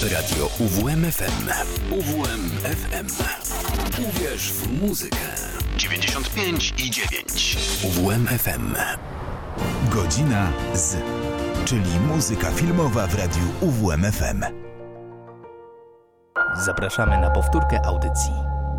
Radio UWMFM. UWMFM. Uwierz w muzykę. 95,9. UWMFM. Godzina z, czyli muzyka filmowa w Radiu UWMFM. Zapraszamy na powtórkę audycji.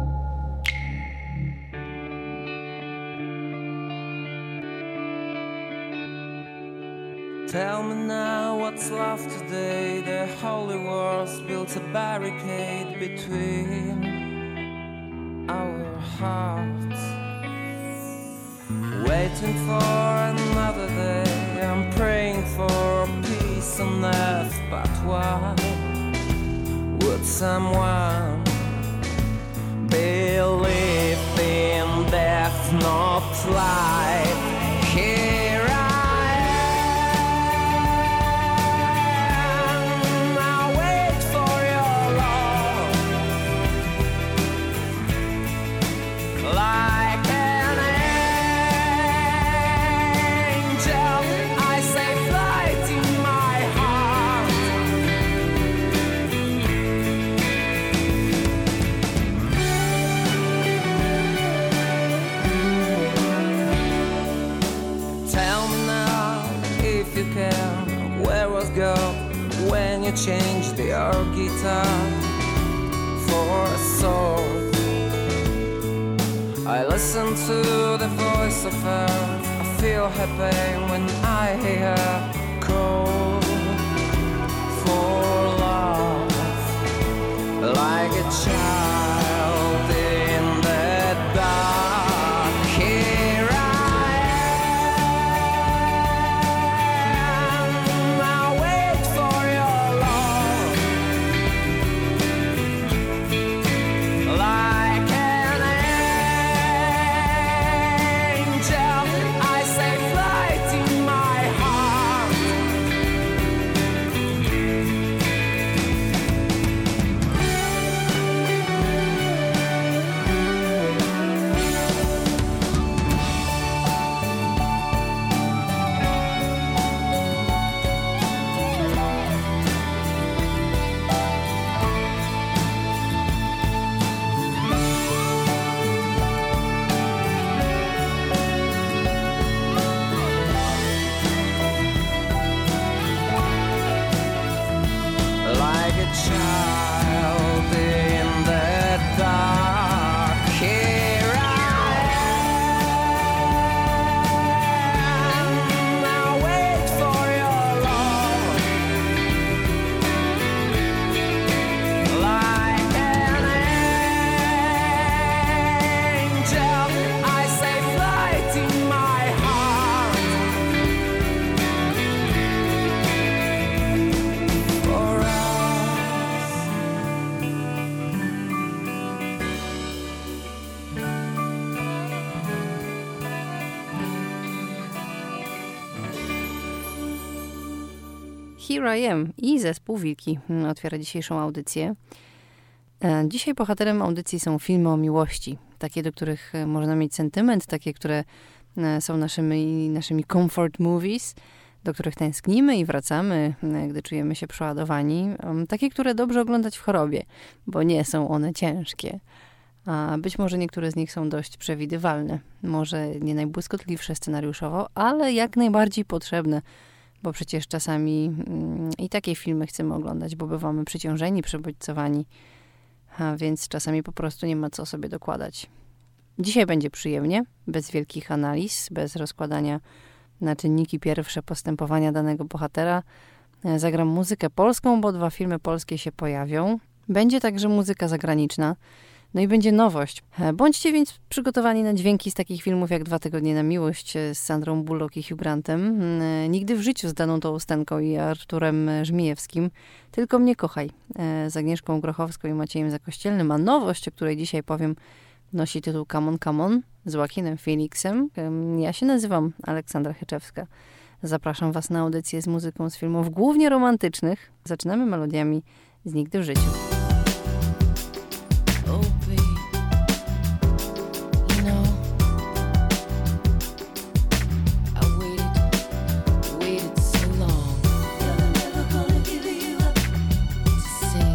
Tell me now what's left today. The holy wars built a barricade between our hearts. Waiting for another day, I'm praying for peace on earth. But why would someone believe in death, not life? Here when you changed your guitar for a sword. I listen to the voice of earth. I feel happy when I hear her call for love, like a child in the dark. Here Here I Am i zespół Wilki otwiera dzisiejszą audycję. Dzisiaj bohaterem audycji są filmy o miłości. Takie, do których można mieć sentyment, takie, które są naszymi comfort movies, do których tęsknimy i wracamy, gdy czujemy się przeładowani. Takie, które dobrze oglądać w chorobie, bo nie są one ciężkie. A być może niektóre z nich są dość przewidywalne. Może nie najbłyskotliwsze scenariuszowo, ale jak najbardziej potrzebne. Bo przecież czasami i takie filmy chcemy oglądać, bo bywamy przeciążeni, przebodźcowani, a więc czasami po prostu nie ma co sobie dokładać. Dzisiaj będzie przyjemnie, bez wielkich analiz, bez rozkładania na czynniki pierwsze postępowania danego bohatera. Zagram muzykę polską, bo 2 filmy polskie się pojawią. Będzie także muzyka zagraniczna. No i będzie nowość. Bądźcie więc przygotowani na dźwięki z takich filmów jak 2 tygodnie na miłość z Sandrą Bullock i Hugh Grantem. Nigdy w życiu z Daną Tołstenką i Arturem Żmijewskim. Tylko mnie kochaj z Agnieszką Grochowską i Maciejem Zakościelnym. A nowość, o której dzisiaj powiem, nosi tytuł Come on, come on z Joaquinem Phoenixem. Ja się nazywam Aleksandra Hyczewska. Zapraszam Was na audycję z muzyką z filmów głównie romantycznych. Zaczynamy melodiami z Nigdy w życiu. Say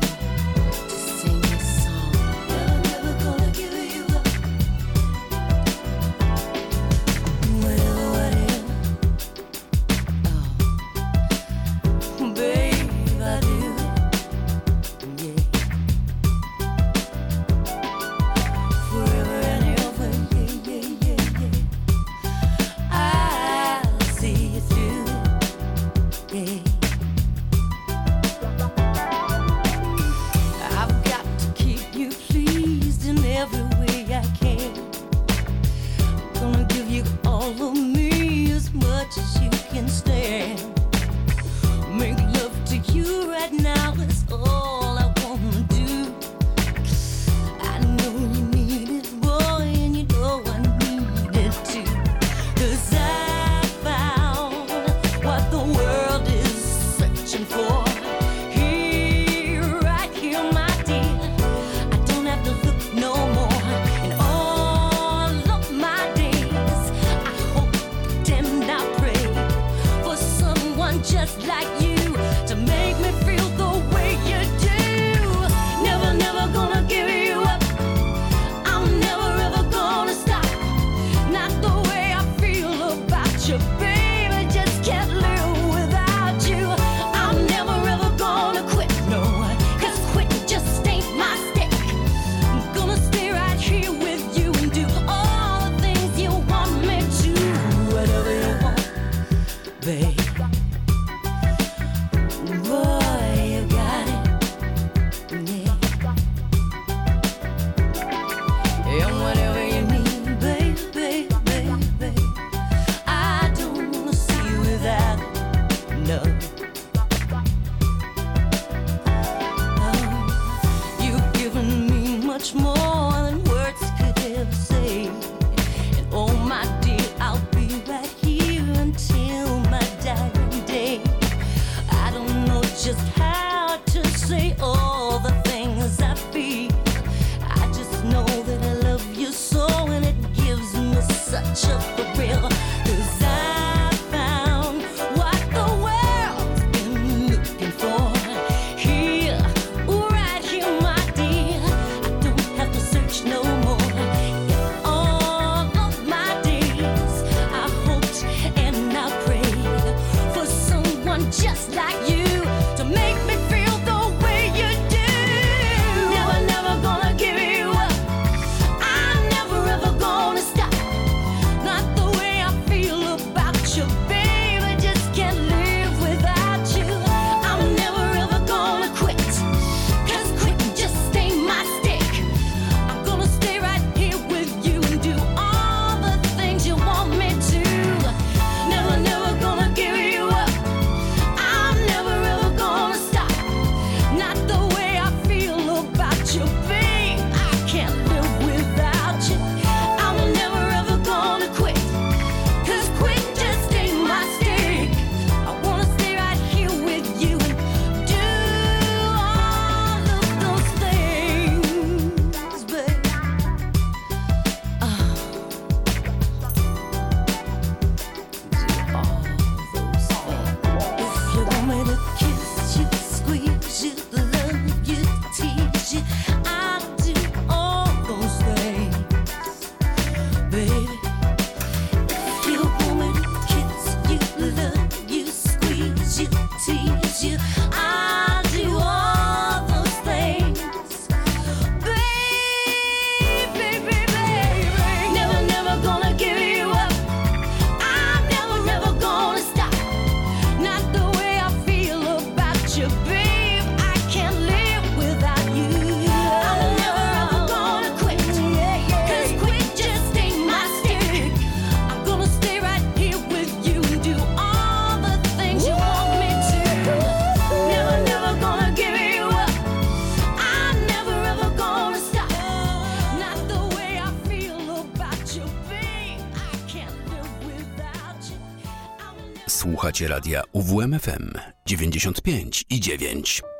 much more than words could ever say. And oh my dear, I'll be right here until my dying day. I don't know just how to say all the things I feel. I just know that I love you so, and it gives me such a thrill. 'Cause I found what the world's been looking for. Here, right here, my dear. I don't have to search no more. In all of my days, I hoped and I prayed for someone just like you to make me feel the way you do. Never, never gonna give you up. I'm never ever gonna stop. Not the way I feel about you, babe. I just can't live without you. I'm never ever gonna quit, 'cause quitting just ain't my stick. I'm gonna stay right here with you and do all the things you want me to. Never, never gonna give you up. I'm never ever gonna stop. Not the way I feel about you, babe. I can't live without you. I'm never ever gonna quit, 'cause quit just ain't my stick. I wanna stay right here with you and do all of those things, babe. Do all those things. If you want me to kiss you, squeeze you, love you, tease you, I'll do all those things, baby. If you want me to kiss you, love you, squeeze you, tease you, I'll do all those things, baby, baby. Never, never gonna give you up. I'm never, never gonna stop. Not the way I feel about you, babe. I can't live without you. I'm never ever gonna quit, 'cause quit just ain't my stick. I'm gonna stay right here with you and do all the things you want me to. Never, never gonna give you up. I'm never ever gonna stop. Not the way I feel about you, babe. I can't live without you. Słuchacie radia UWMFM 95,9.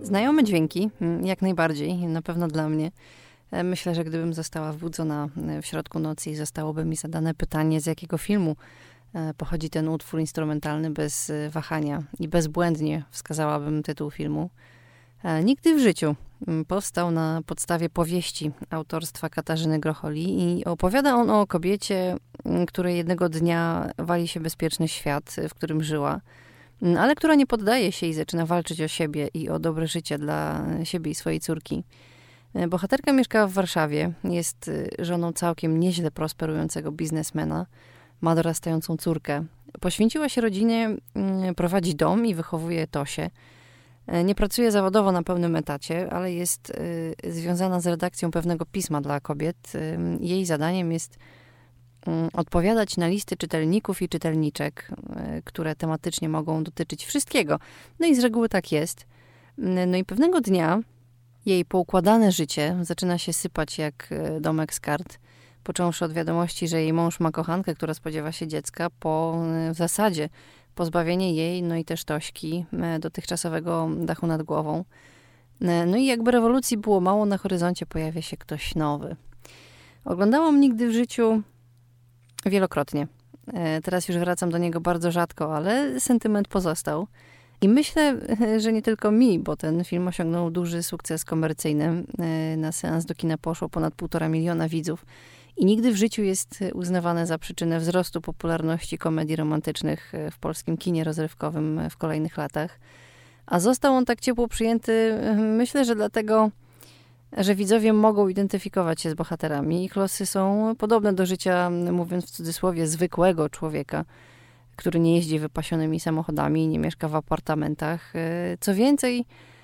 Znajome dźwięki, jak najbardziej, na pewno dla mnie. Myślę, że gdybym została wbudzona w środku nocy i zostałoby mi zadane pytanie, z jakiego filmu pochodzi ten utwór instrumentalny, bez wahania i bezbłędnie wskazałabym tytuł filmu. Nigdy w życiu powstał na podstawie powieści autorstwa Katarzyny Grocholi i opowiada on o kobiecie, której jednego dnia wali się bezpieczny świat, w którym żyła, ale która nie poddaje się i zaczyna walczyć o siebie i o dobre życie dla siebie i swojej córki. Bohaterka mieszka w Warszawie, jest żoną całkiem nieźle prosperującego biznesmena, ma dorastającą córkę. Poświęciła się rodzinie, prowadzi dom i wychowuje Tosię. Nie pracuje zawodowo na pełnym etacie, ale jest związana z redakcją pewnego pisma dla kobiet. Jej zadaniem jest odpowiadać na listy czytelników i czytelniczek, które tematycznie mogą dotyczyć wszystkiego. No i z reguły tak jest. No i pewnego dnia jej poukładane życie zaczyna się sypać jak domek z kart. Począwszy od wiadomości, że jej mąż ma kochankę, która spodziewa się dziecka, po w zasadzie pozbawienie jej, no i też Tośki, dotychczasowego dachu nad głową. No i jakby rewolucji było mało, na horyzoncie pojawia się ktoś nowy. Oglądałam Nigdy w życiu wielokrotnie. Teraz już wracam do niego bardzo rzadko, ale sentyment pozostał. I myślę, że nie tylko mi, bo ten film osiągnął duży sukces komercyjny. Na seans do kina poszło ponad 1,5 miliona widzów. I Nigdy w życiu jest uznawane za przyczynę wzrostu popularności komedii romantycznych w polskim kinie rozrywkowym w kolejnych latach. A został on tak ciepło przyjęty, myślę, że dlatego, że widzowie mogą identyfikować się z bohaterami. Ich losy są podobne do życia, mówiąc w cudzysłowie, zwykłego człowieka, który nie jeździ wypasionymi samochodami, nie mieszka w apartamentach. Co więcej,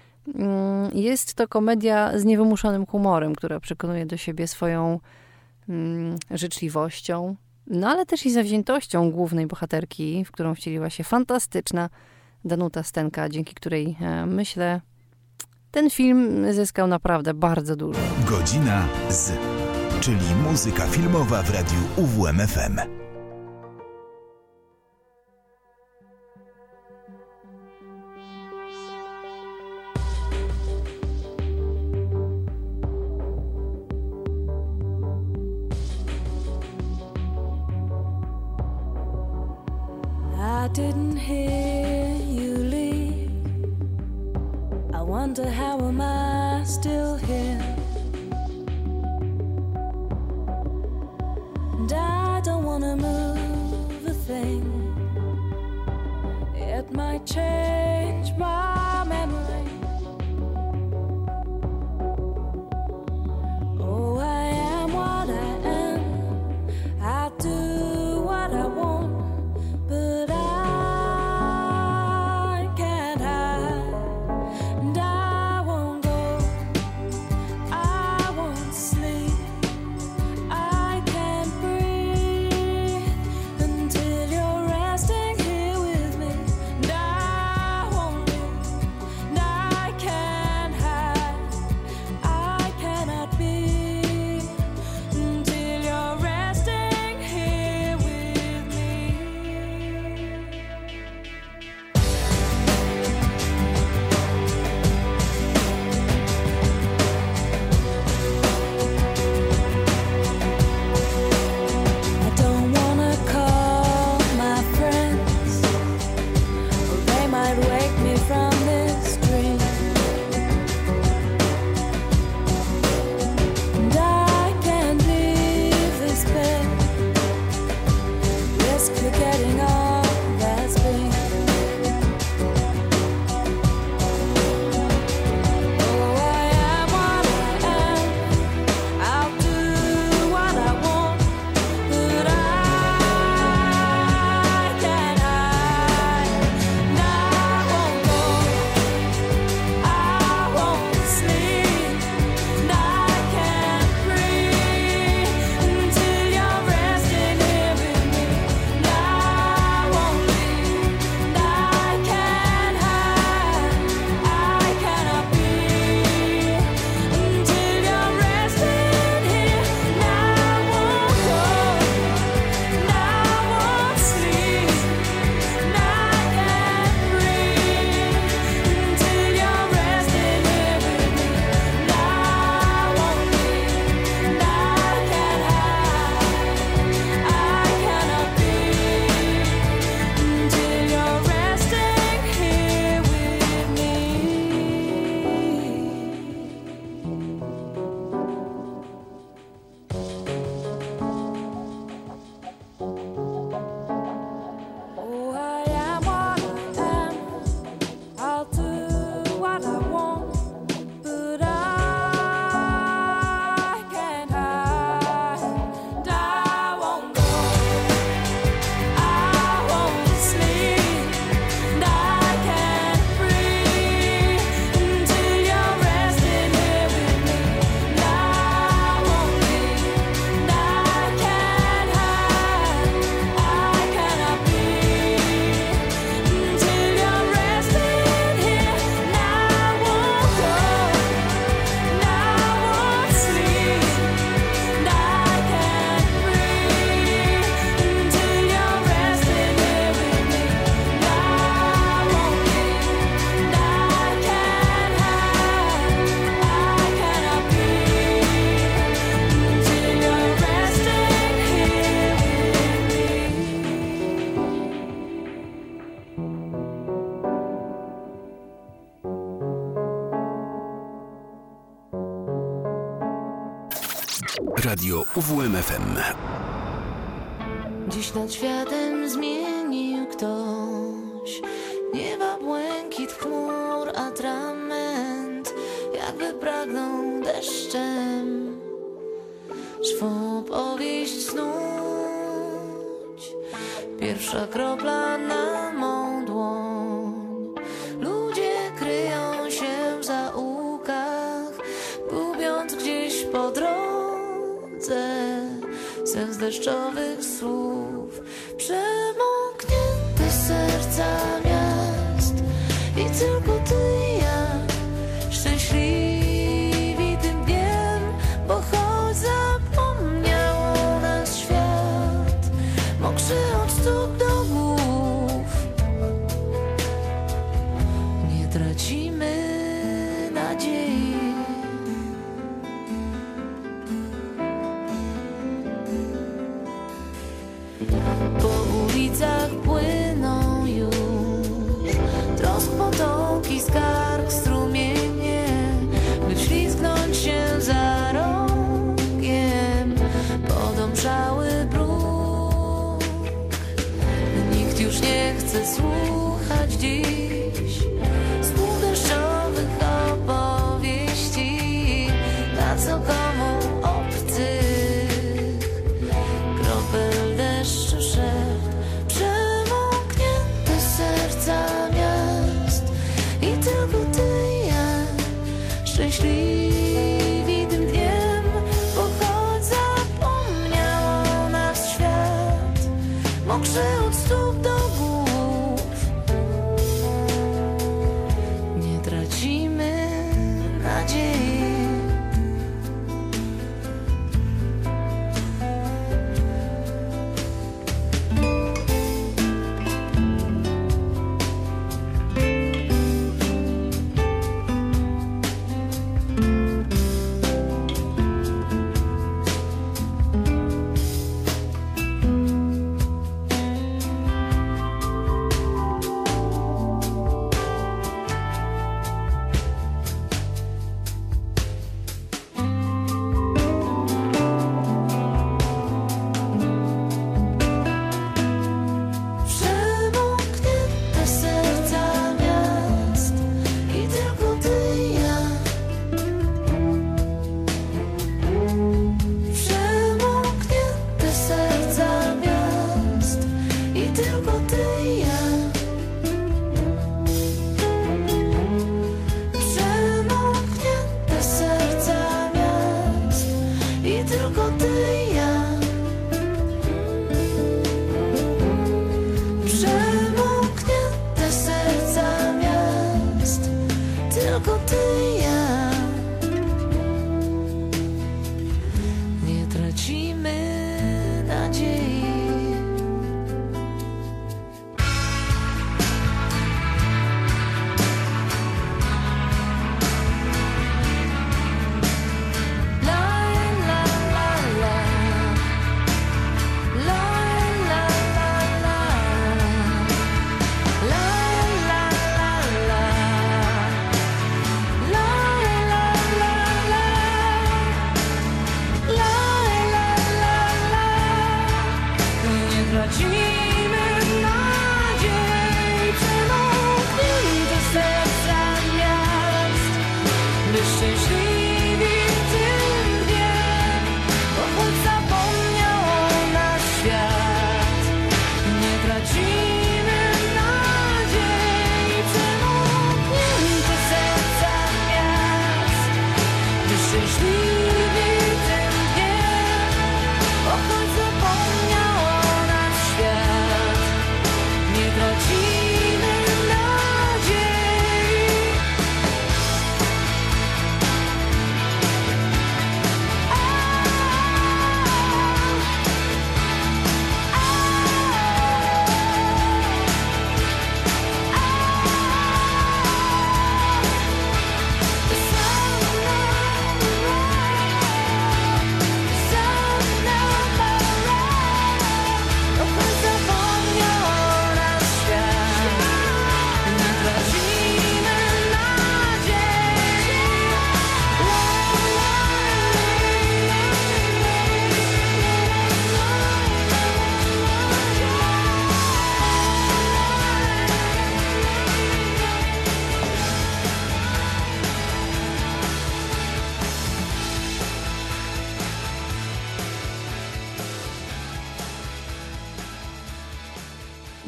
jest to komedia z niewymuszonym humorem, która przekonuje do siebie swoją życzliwością, no ale też i zawziętością głównej bohaterki, w którą wcieliła się fantastyczna Danuta Stenka, dzięki której, myślę, ten film zyskał naprawdę bardzo dużo. Godzina z, czyli muzyka filmowa w radiu UWMFM. I didn't hear you leave. I wonder how am I still here? And I don't wanna move a thing. It might change my memory. Oh, I am what I am. I do what I want. But I can't hide, and I won't go, I won't sleep, I can't breathe until you're resting here with me, and I won't leave. Radio UWMFM. Dziś nad światem zmienił ktoś nieba, błękit chmur, atrament, jakby pragnął deszczem swą powieść snuć. Pierwsza kropla na mą dłoń. Ludzie kryją się w zaułkach, gubiąc gdzieś po drodze sens deszczowych słów. Przemoknięte serca miast i tylko ty i ja szczęśliwi tym dniem, bo choć zapomniał nas świat, mokrzy od stóp do głów, nie tracimy nadziei. Po ulicach płyną już trosk, potoki, skarg, strumienie, by wślizgnąć się za rogiem podomszały bruk. Nikt już nie chce słuchać dziś słów deszczowych opowieści, na co komu obcych kropel deszczu szedł. Przemoknięte serca miast i tylko ty i ja szczęśliwi tym dniem, bo choć zapomniał nas świat, mokrzy od stóp do głów, nie tracimy nadziei. Przemoknięte serca miast i tylko ty i ja. Przemoknięte serca miast i tylko ty i ja. Przemoknięte serca miast i tylko ty i ja. Przemoknięte serca miast, tylko ty i ja. Nie tracimy nadziei. La la la la, la la la la, la la la la, la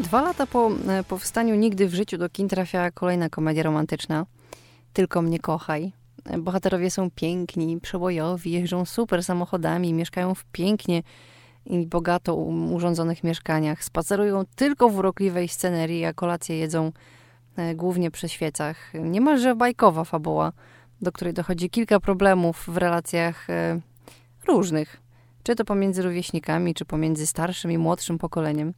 2 lata po powstaniu Nigdy w życiu do kin trafia kolejna komedia romantyczna, Tylko mnie kochaj. Bohaterowie są piękni, przebojowi, jeżdżą super samochodami, mieszkają w pięknie i bogato urządzonych mieszkaniach, spacerują tylko w urokliwej scenerii, a kolację jedzą głównie przy świecach. Niemalże bajkowa fabuła, do której dochodzi kilka problemów w relacjach różnych. Czy to pomiędzy rówieśnikami, czy pomiędzy starszym i młodszym pokoleniem.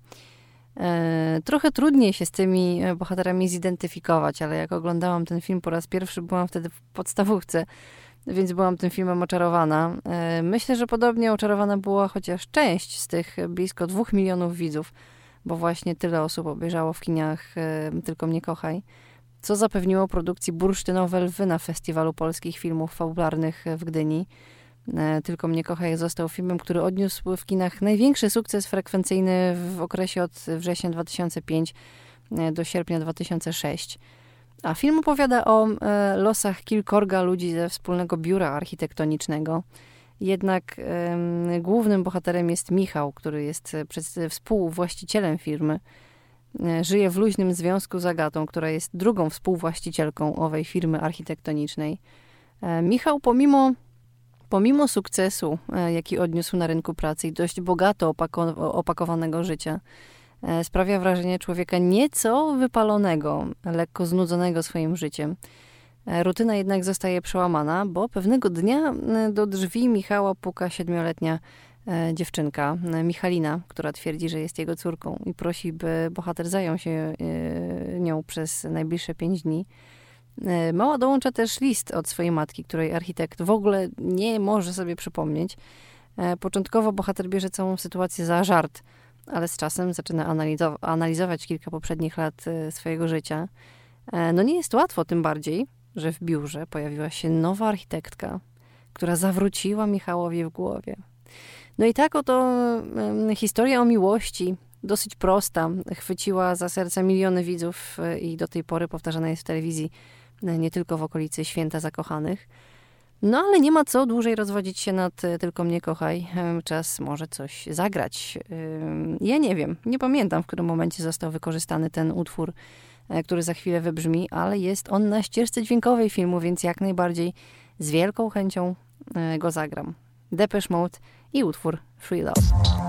Trochę trudniej się z tymi bohaterami zidentyfikować, ale jak oglądałam ten film po raz pierwszy, byłam wtedy w podstawówce, więc byłam tym filmem oczarowana. Myślę, że podobnie oczarowana była chociaż część z tych blisko 2 milionów widzów, bo właśnie tyle osób obejrzało w kinach Tylko mnie kochaj, co zapewniło produkcji Bursztynowe Lwy na Festiwalu Polskich Filmów Fabularnych w Gdyni. Tylko mnie kochaj został filmem, który odniósł w kinach największy sukces frekwencyjny w okresie od września 2005 do sierpnia 2006. A film opowiada o losach kilkorga ludzi ze wspólnego biura architektonicznego. Jednak głównym bohaterem jest Michał, który jest współwłaścicielem firmy. Żyje w luźnym związku z Agatą, która jest drugą współwłaścicielką owej firmy architektonicznej. Michał pomimo sukcesu, jaki odniósł na rynku pracy i dość bogato opakowanego życia, sprawia wrażenie człowieka nieco wypalonego, lekko znudzonego swoim życiem. Rutyna jednak zostaje przełamana, bo pewnego dnia do drzwi Michała puka 7-letnia dziewczynka, Michalina, która twierdzi, że jest jego córką i prosi, by bohater zajął się nią przez najbliższe 5 dni. Mała dołącza też list od swojej matki, której architekt w ogóle nie może sobie przypomnieć. Początkowo bohater bierze całą sytuację za żart, ale z czasem zaczyna analizować kilka poprzednich lat swojego życia. No nie jest łatwo, tym bardziej, że w biurze pojawiła się nowa architektka, która zawróciła Michałowi w głowie. No i tak oto historia o miłości, dosyć prosta, chwyciła za serce miliony widzów i do tej pory powtarzana jest w telewizji, nie tylko w okolicy Święta Zakochanych. No ale nie ma co dłużej rozwodzić się nad Tylko mnie kochaj. Czas może coś zagrać. Ja nie wiem, nie pamiętam, w którym momencie został wykorzystany ten utwór, który za chwilę wybrzmi, ale jest on na ścieżce dźwiękowej filmu, więc jak najbardziej z wielką chęcią go zagram. Depeche Mode i utwór Free Love.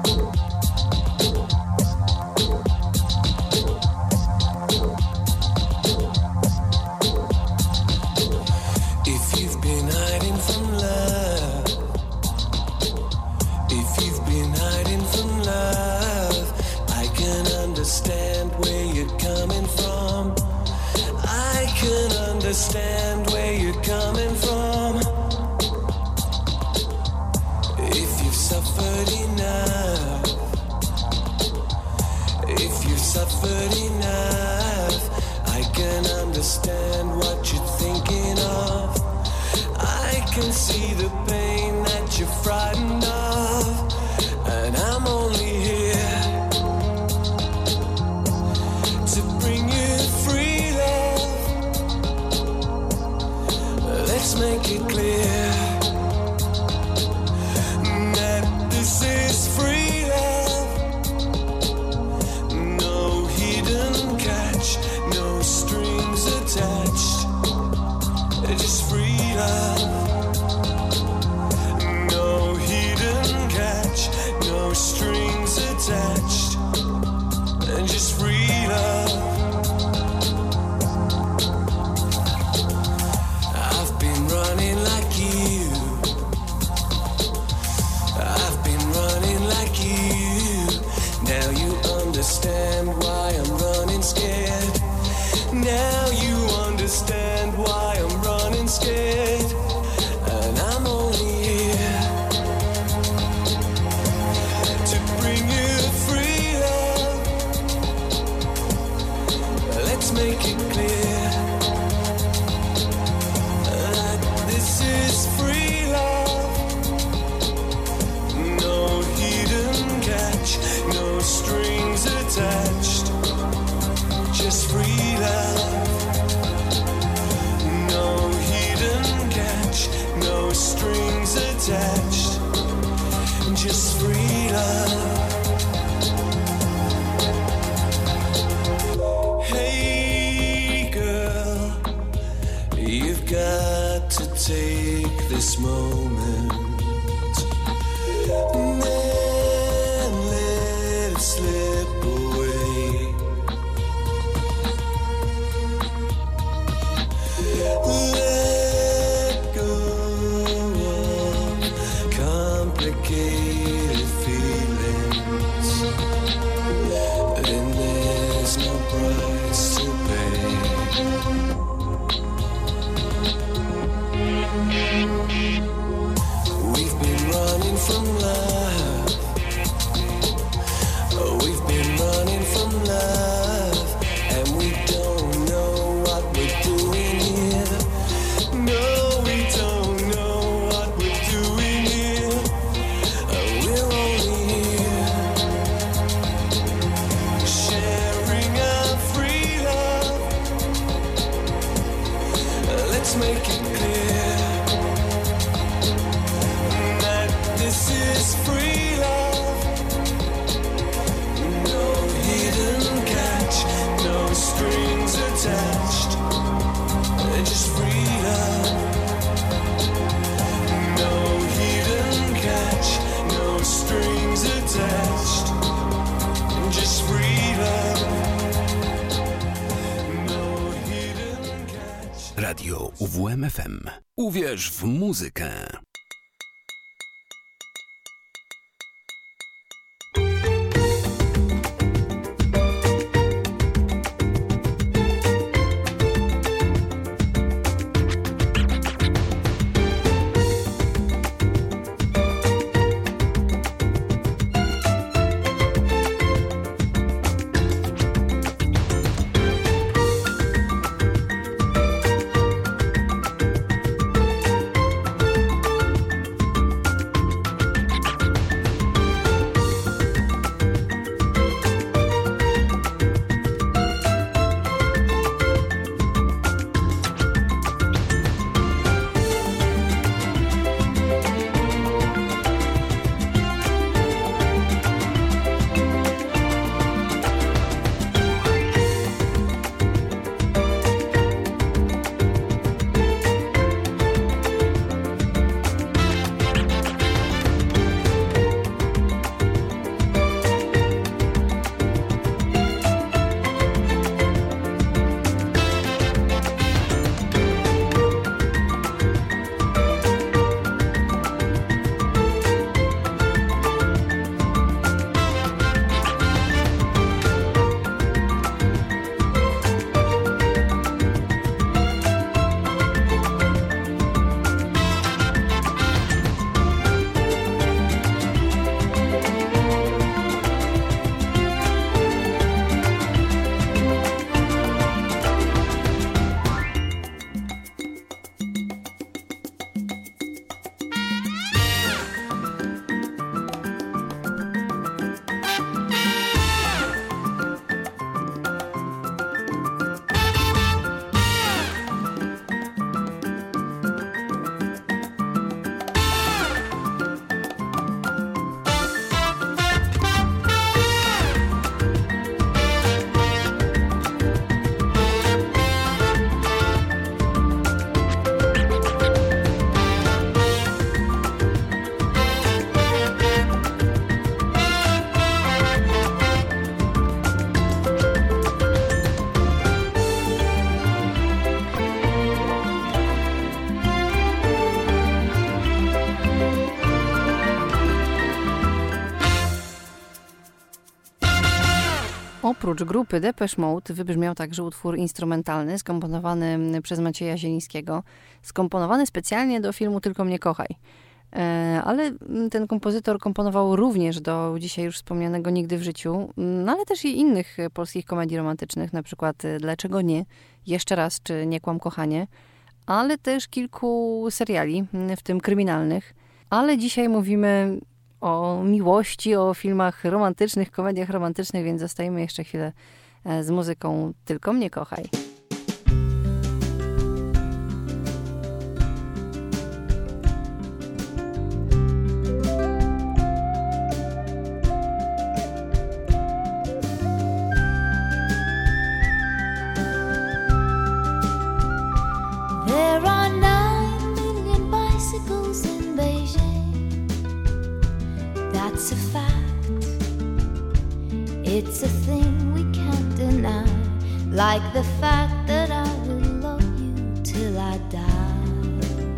Understand where you're coming from. If you've suffered enough, if you've suffered enough, I can understand what you're thinking of. I can see the pain that you're frightened of, and I'm only here to bring you free love. Let's make it clear that this is free love. No hidden catch, no strings attached. Just free love. No hidden catch, no strings attached. And just free love. Understand why I'm running scared. Now you understand why I'm running scared. And I'm only here to bring you free love. Let's make it clear that this is free love. No hidden catch, no strings attached, just free love. No hidden catch, no strings attached, just free love. make it clear that this is free love. No hidden catch, no strings attached, just free love. No hidden catch, no strings attached, just free love. Radio UWMFM. Uwierz w muzykę. Oprócz grupy Depeche Mode wybrzmiał także utwór instrumentalny skomponowany przez Macieja Zielińskiego, skomponowany specjalnie do filmu Tylko mnie kochaj. Ale ten kompozytor komponował również do dzisiaj już wspomnianego Nigdy w życiu, no ale też i innych polskich komedii romantycznych, na przykład Dlaczego nie, Jeszcze raz czy Nie kłam kochanie, ale też kilku seriali, w tym kryminalnych. Ale dzisiaj mówimy o miłości, o filmach romantycznych, komediach romantycznych, więc zostajemy jeszcze chwilę z muzyką Tylko mnie kochaj. There are 9 million bicycles in Beijing. That's a fact. It's a thing we can't deny. Like the fact that I will love you till I die.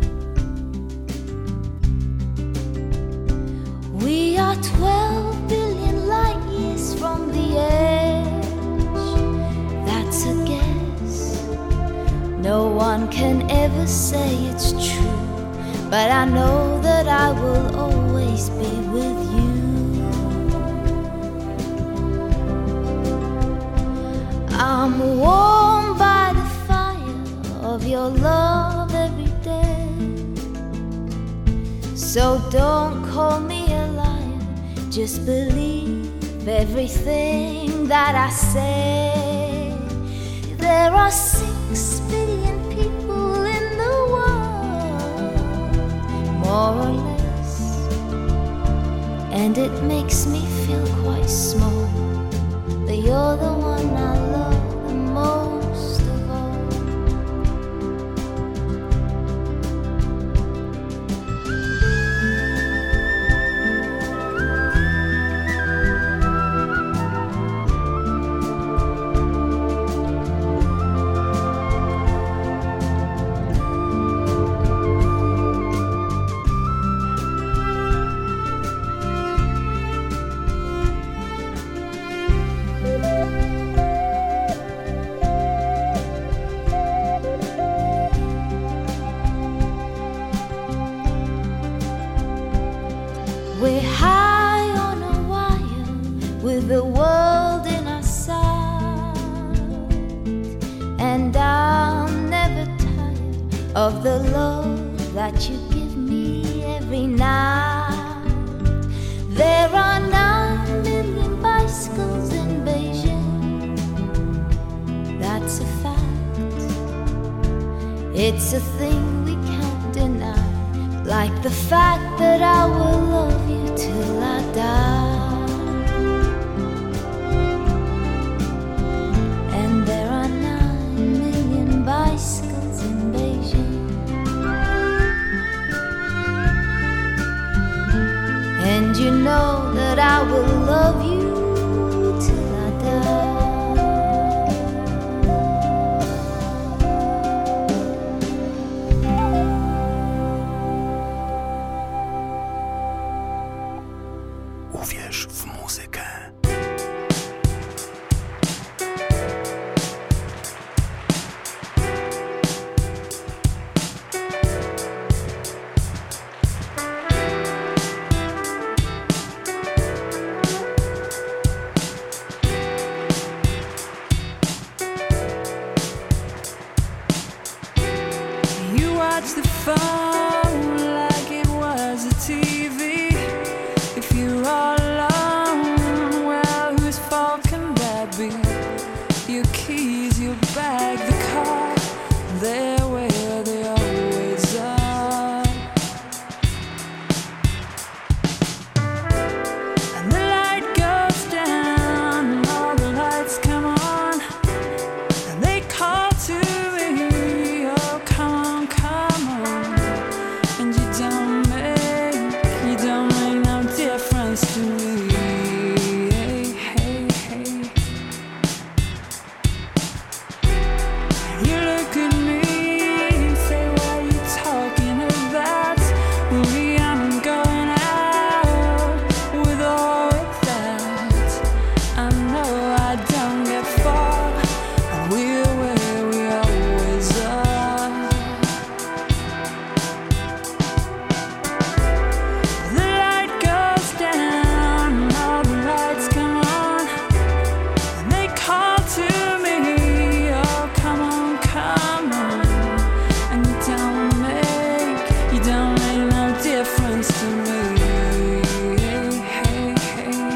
We are 12 billion light years from the edge. That's a guess. No one can ever say it's true, but I know that I will always be with you. I'm warmed by the fire of your love every day. So don't call me a liar, just believe everything that I say. There are 6 billion people in the and it makes me feel quite small. But you're the one I love the most of all. We're high on a wire with the world in our sight, and I'm never tired of the love that you give me every night. There are 9 million bicycles in Beijing, that's a fact. It's a thing we can't deny, like the fact that I will love you till I die. And there are 9 million bicycles in Beijing, and you know that I will love you till I die. Uwierz w muzykę. You watch the phone like it was a TV. If you're all alone, well, whose fault can that be? Your keys, your bag, the car, they're where they always are. And the light goes down, and all the lights come on, and they call to me, oh, come on, and you don't make no difference to me. Hey, hey, hey. You look at me, say, what are you talking about? Well, me, I'm going out with or without. I know I don't get far, and we're where we always are. The light goes down, and all the lights come on, and they call to me, oh, come on, and you don't make no difference to me. Hey, hey, hey.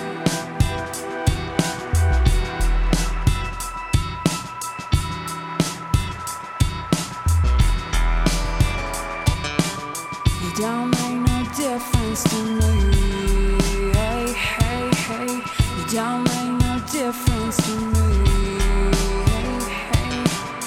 You don't make no difference to me. Hey, hey, hey. You don't make no difference to me. Hey, hey.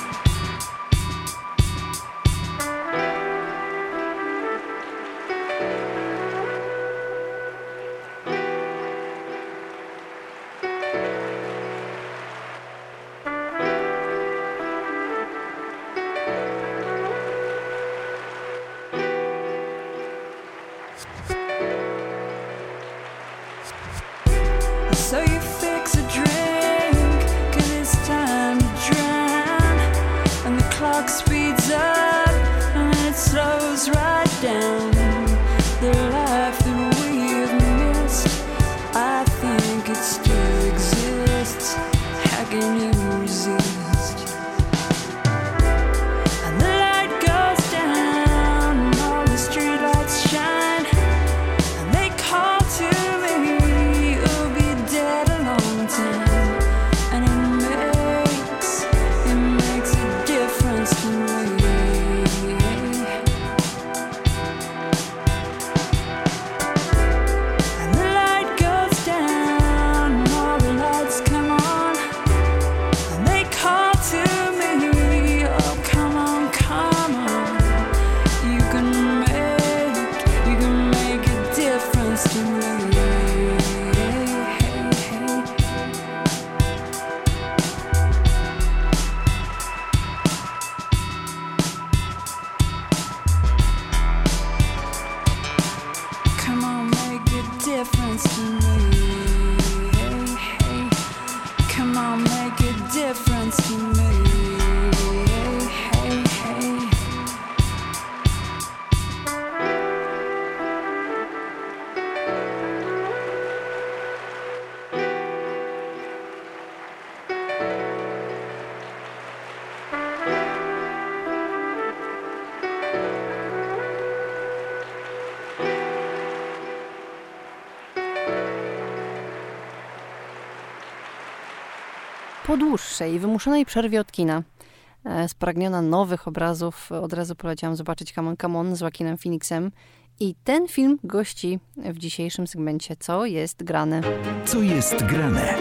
So you fix a drink, 'cause it's time to drown, and the clock speeds up, and then it slows right down. The life that we've missed, I think it still exists. How can you resist? And the light goes down, and all the streetlights shine, and they call to me, you'll be dead a long time, and it makes a difference to me. And Po dłuższej, wymuszonej przerwie od kina, spragniona nowych obrazów, od razu poleciałam zobaczyć Come on, Come on z Joaquinem Phoenixem. I ten film gości w dzisiejszym segmencie Co jest grane? Co jest grane?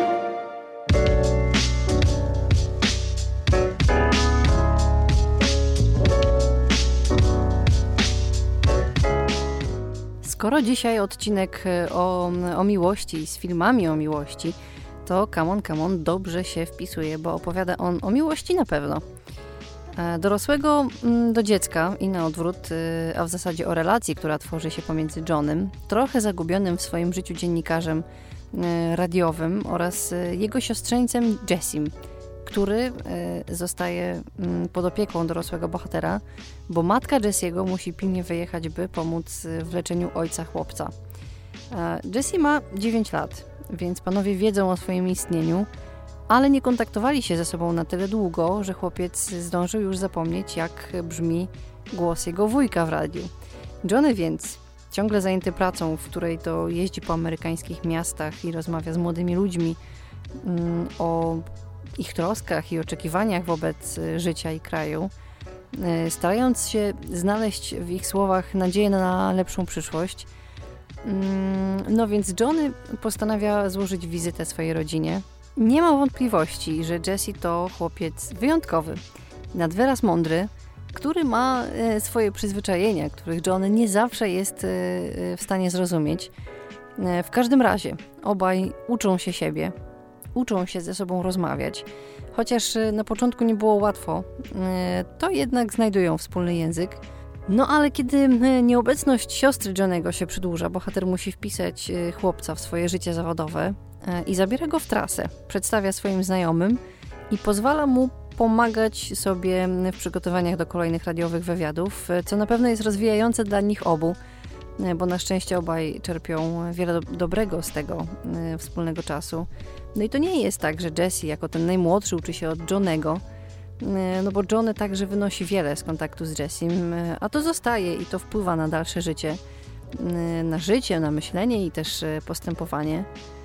Skoro dzisiaj odcinek o miłości, z filmami o miłości, to Come on dobrze się wpisuje, bo opowiada on o miłości na pewno. Dorosłego do dziecka i na odwrót, a w zasadzie o relacji, która tworzy się pomiędzy Johnem, trochę zagubionym w swoim życiu dziennikarzem radiowym oraz jego siostrzeńcem Jessim, który zostaje pod opieką dorosłego bohatera, bo matka Jessiego musi pilnie wyjechać, by pomóc w leczeniu ojca chłopca. Jessie ma 9 lat, więc panowie wiedzą o swoim istnieniu, ale nie kontaktowali się ze sobą na tyle długo, że chłopiec zdążył już zapomnieć, jak brzmi głos jego wujka w radiu. Johnny więc, ciągle zajęty pracą, w której to jeździ po amerykańskich miastach i rozmawia z młodymi ludźmi o ich troskach i oczekiwaniach wobec życia i kraju, starając się znaleźć w ich słowach nadzieję na lepszą przyszłość. No więc Johnny postanawia złożyć wizytę swojej rodzinie. Nie ma wątpliwości, że Jesse to chłopiec wyjątkowy, nad wyraz mądry, który ma swoje przyzwyczajenia, których Johnny nie zawsze jest w stanie zrozumieć. W każdym razie obaj uczą się siebie, uczą się ze sobą rozmawiać. Chociaż na początku nie było łatwo, to jednak znajdują wspólny język. No ale kiedy nieobecność siostry Johnnego się przedłuża, bohater musi wpisać chłopca w swoje życie zawodowe i zabiera go w trasę, przedstawia swoim znajomym i pozwala mu pomagać sobie w przygotowaniach do kolejnych radiowych wywiadów, co na pewno jest rozwijające dla nich obu, bo na szczęście obaj czerpią wiele dobrego z tego wspólnego czasu. No i to nie jest tak, że Jesse jako ten najmłodszy uczy się od Johnego, no bo Johnny także wynosi wiele z kontaktu z Jessim, a to zostaje i to wpływa na dalsze życie, na myślenie i też postępowanie.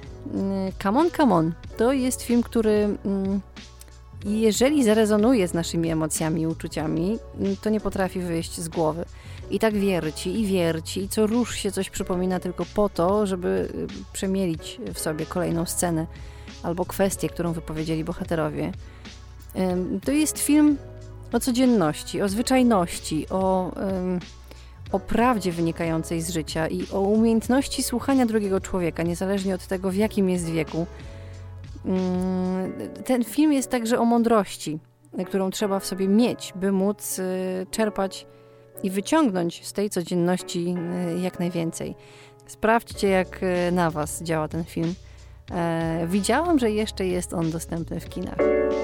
Come on to jest film, który jeżeli zarezonuje z naszymi emocjami i uczuciami, to nie potrafi wyjść z głowy. I tak wierci i co rusz się coś przypomina tylko po to, żeby przemielić w sobie kolejną scenę albo kwestię, którą wypowiedzieli bohaterowie. To jest film o codzienności, o zwyczajności, o prawdzie wynikającej z życia i o umiejętności słuchania drugiego człowieka, niezależnie od tego, w jakim jest wieku. Ten film jest także o mądrości, którą trzeba w sobie mieć, by móc czerpać i wyciągnąć z tej codzienności jak najwięcej. Sprawdźcie, jak na Was działa ten film. Widziałam, że jeszcze jest on dostępny w kinach.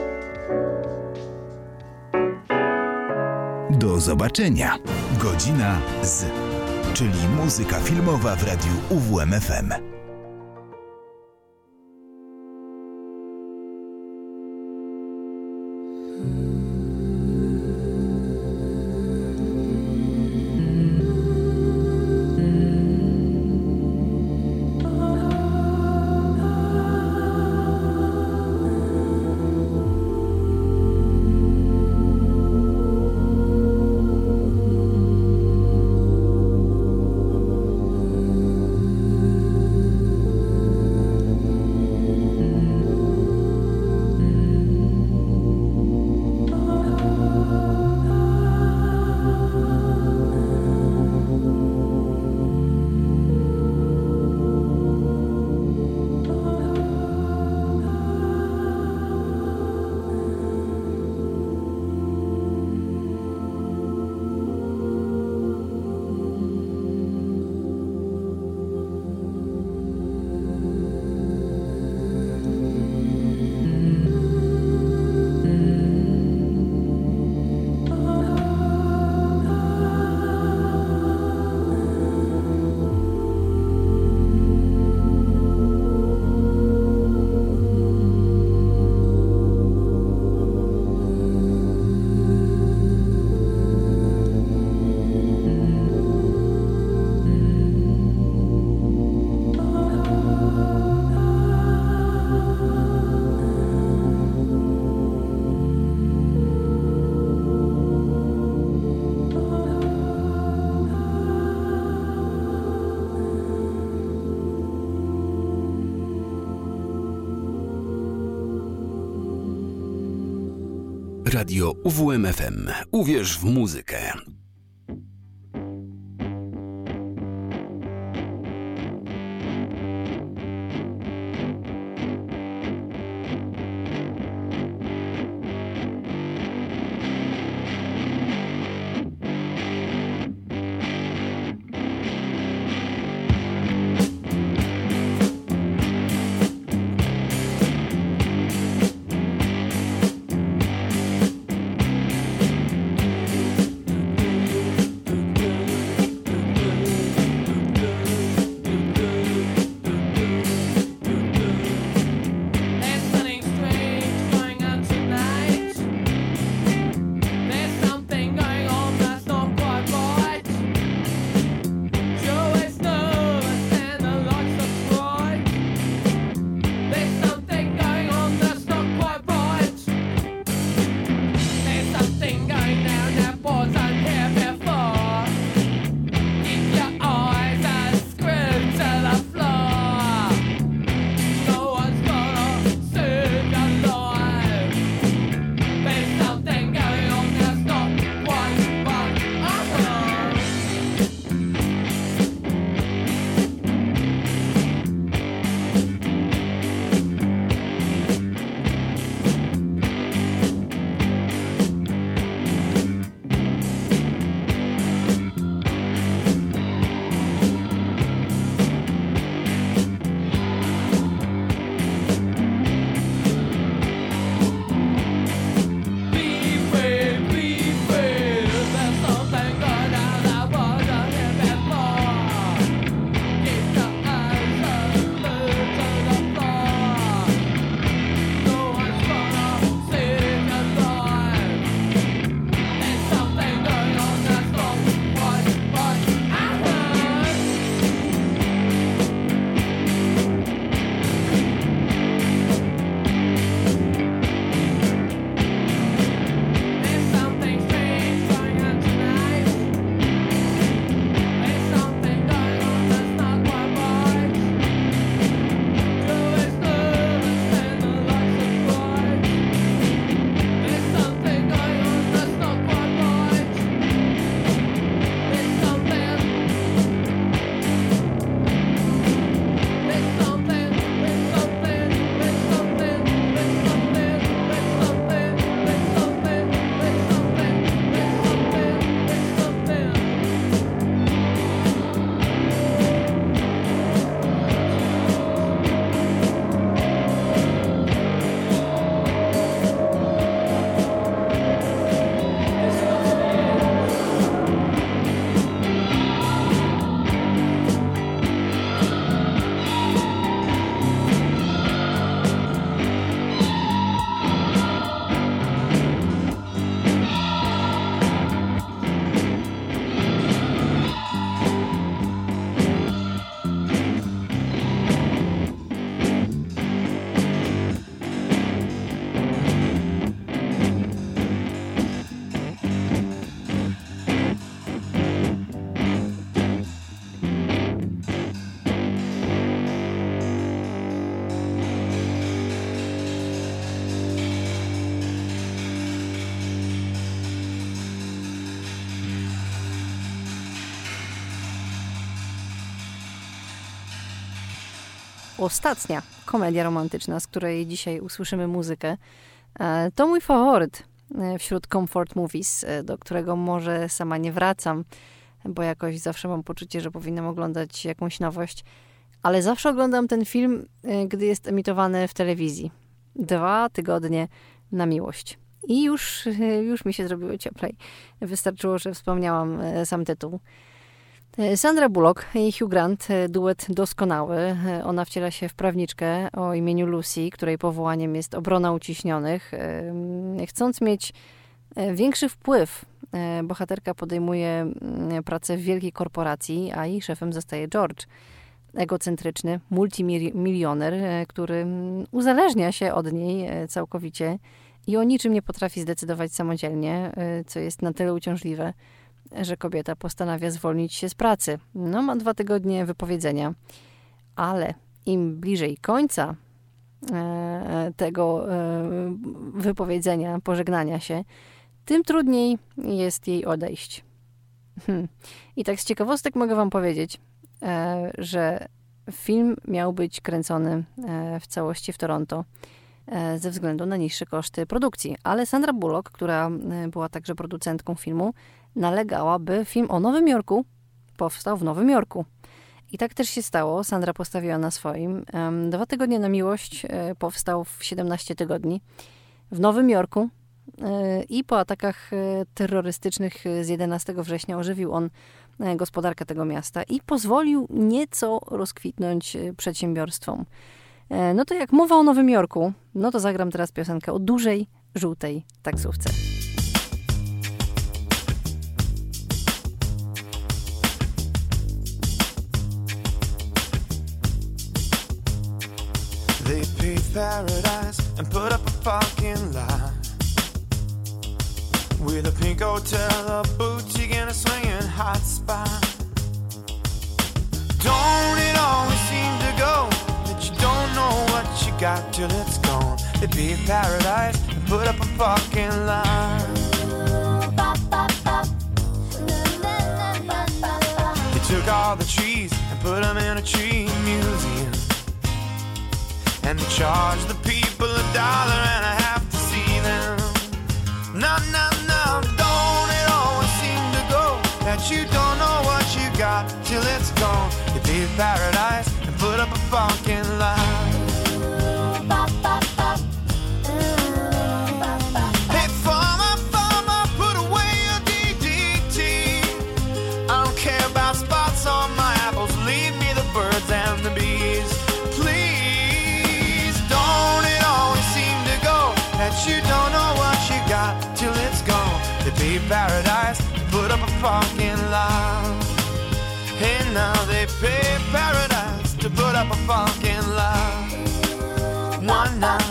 Do zobaczenia. Godzina z, czyli muzyka filmowa w radiu UWMFM. Radio UWMFM. Uwierz w muzykę. Ostatnia komedia romantyczna, z której dzisiaj usłyszymy muzykę, to mój faworyt wśród comfort movies, do którego może sama nie wracam, bo jakoś zawsze mam poczucie, że powinnam oglądać jakąś nowość, ale zawsze oglądam ten film, gdy jest emitowany w telewizji. 2 tygodnie na miłość. I już mi się zrobiło cieplej. Wystarczyło, że wspomniałam sam tytuł. Sandra Bullock i Hugh Grant, duet doskonały. Ona wciela się w prawniczkę o imieniu Lucy, której powołaniem jest obrona uciśnionych. Chcąc mieć większy wpływ, bohaterka podejmuje pracę w wielkiej korporacji, a jej szefem zostaje George. Egocentryczny, multimilioner, który uzależnia się od niej całkowicie i o niczym nie potrafi zdecydować samodzielnie, co jest na tyle uciążliwe, że kobieta postanawia zwolnić się z pracy. No, ma 2 tygodnie wypowiedzenia, ale im bliżej końca, tego wypowiedzenia, pożegnania się, tym trudniej jest jej odejść. I tak z ciekawostek mogę wam powiedzieć, że film miał być kręcony w całości w Toronto ze względu na niższe koszty produkcji. Ale Sandra Bullock, która była także producentką filmu, nalegała, by film o Nowym Jorku powstał w Nowym Jorku. I tak też się stało. Sandra postawiła na swoim. 2 tygodnie na miłość powstał w 17 tygodni w Nowym Jorku i po atakach terrorystycznych z 11 września ożywił on gospodarkę tego miasta i pozwolił nieco rozkwitnąć przedsiębiorstwom. No to jak mowa o Nowym Jorku, no to zagram teraz piosenkę o dużej, żółtej taksówce. They paved paradise and put up a parking lot with a pink hotel, a boutique, and a swinging hot spot. Don't it always seem to go that you don't know what you got till it's gone? They paved paradise and put up a parking lot. They took all the trees and put them in a tree museum. And they charge the people $1.50 to see them. No, no, no, don't it always seem to go that you don't know what you got till it's gone? They paved paradise and put up a parking lot. Hey, farmer, put away your DDT. I don't care about spots on my apples. Leave me the birds and the bees. You don't know what you got till it's gone. They paved paradise, put up a parking lot. Hey, now they paved paradise to put up a parking lot. One night.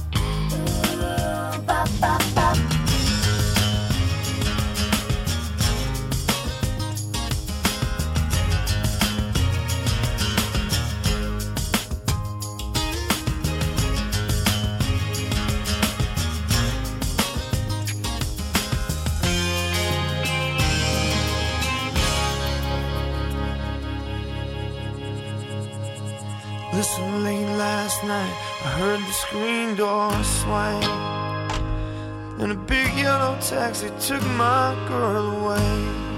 Listen, late last night I heard the screen door swing, and a big yellow taxi took my girl away.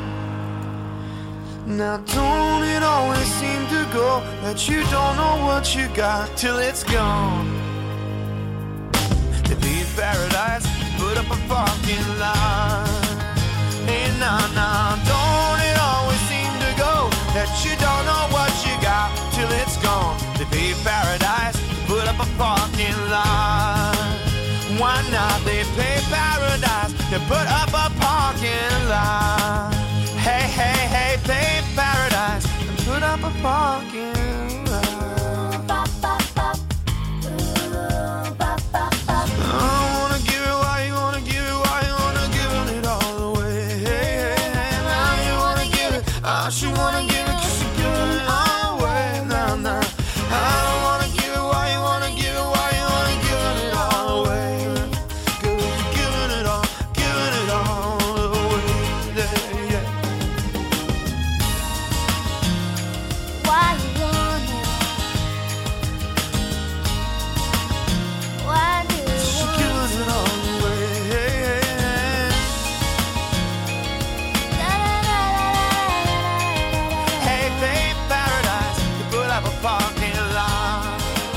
Now don't it always seem to go that you don't know what you got till it's gone? They paved paradise, put up a parking lot. Hey, nah, nah, don't it always seem to go that you don't know what you got till it's gone? They paved paradise, put up a parking lot. Why not? They paved paradise, they put up a parking lot. Hey, hey, hey, paved paradise, and put up a parking lot. I don't wanna give it, why you wanna give it, why you wanna give it all away? Hey, hey, hey, now you wanna give it, I should wanna give it, 'cause you're giving it all away. Nah, nah. I don't wanna give it, why you wanna give it, why you wanna give it all away? 'Cause you're giving it all away. Yeah, yeah. Why you want it? Why do you She want gives it all away. Da, da, da, da, da, da, da. Hey, babe, paradise, you put up a parking lot.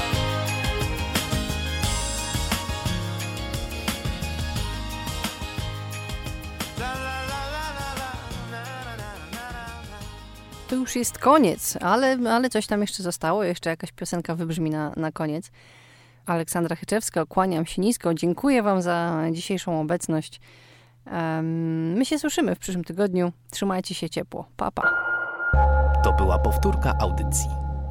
La, la, la, la, la, la, na, na, na, na, na. To już jest koniec, ale coś tam jeszcze zostało. Jeszcze jakaś piosenka wybrzmi na koniec. Aleksandra Chyczewska, kłaniam się nisko. Dziękuję wam za dzisiejszą obecność. My się słyszymy w przyszłym tygodniu. Trzymajcie się ciepło. Pa, pa. To była powtórka audycji.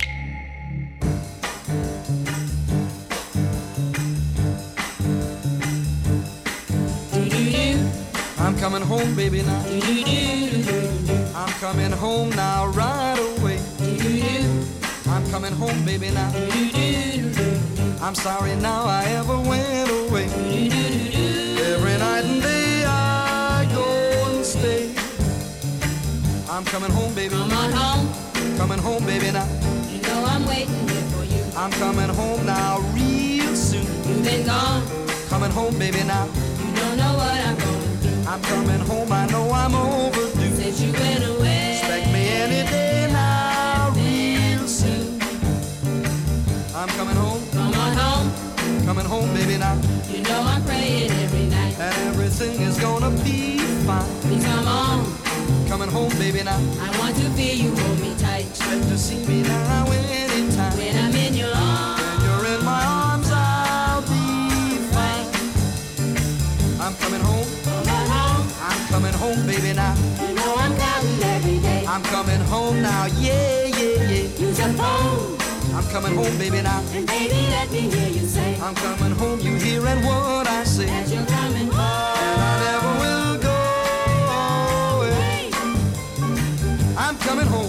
I'm coming home, baby, now. I'm coming home now, right away. I'm coming home, baby, now. I'm sorry now I ever went away. Every night and day I go and stay. I'm coming home, baby. Come on home. Coming home, baby, now. You know I'm waiting here for you. I'm coming home now real soon. You've been gone. Coming home, baby, now. You don't know what I'm going through. I'm coming home, I know I'm overdue. Since you went away. Expect me any day now real soon. I'm coming home. Come on home. Coming home, baby, now. You know I'm praying every night. And everything is gonna be fine. Please come on. Coming home, baby, now. I want to feel you hold me tight. Expect to see me now anytime. When I'm in your arms. When you're in my arms, I'll be fine. I'm coming home. Come on home. I'm coming home, baby, now. You know I'm counting every day. I'm coming home now, yeah, yeah, yeah. Use your phone. I'm coming home, baby, now. And baby, let me hear you say. I'm coming home, you hearing what I say. That you're coming home. And I never will go away. I'm coming home.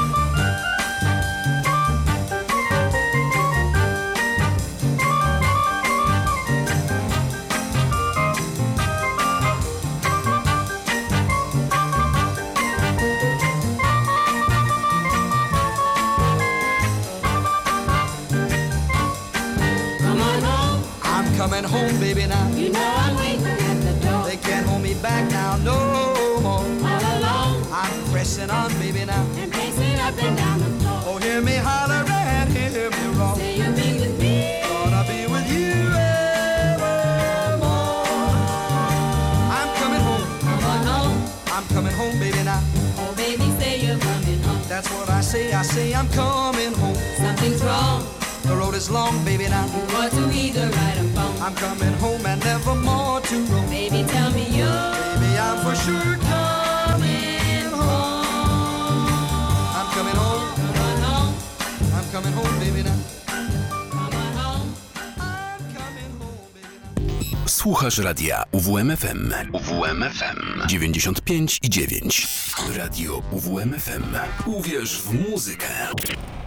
Coming home, baby, now. You know I'm waiting at the door. They can't hold me back now, no more. All alone. I'm pressing on, baby, now. And pacing up and down the floor. Oh, hear me holler and hear me roar. Say you'll be with me. Gonna be with you evermore. I'm coming home. Come on home. I'm coming home, baby, now. Oh, baby, say you're coming home. That's what I say I'm coming home. Something's wrong. The road is long, baby, now. You ought to either ride or phone. I'm coming home and never more to roam. Baby, tell me you're. Baby, I'm for sure coming home. I'm coming home. Come on home. I'm coming home, baby, now. Come on home. I'm coming home, baby, now. Słuchasz radia UWMFM. UWMFM 95,9. Radio UWMFM. Uwierz w muzykę.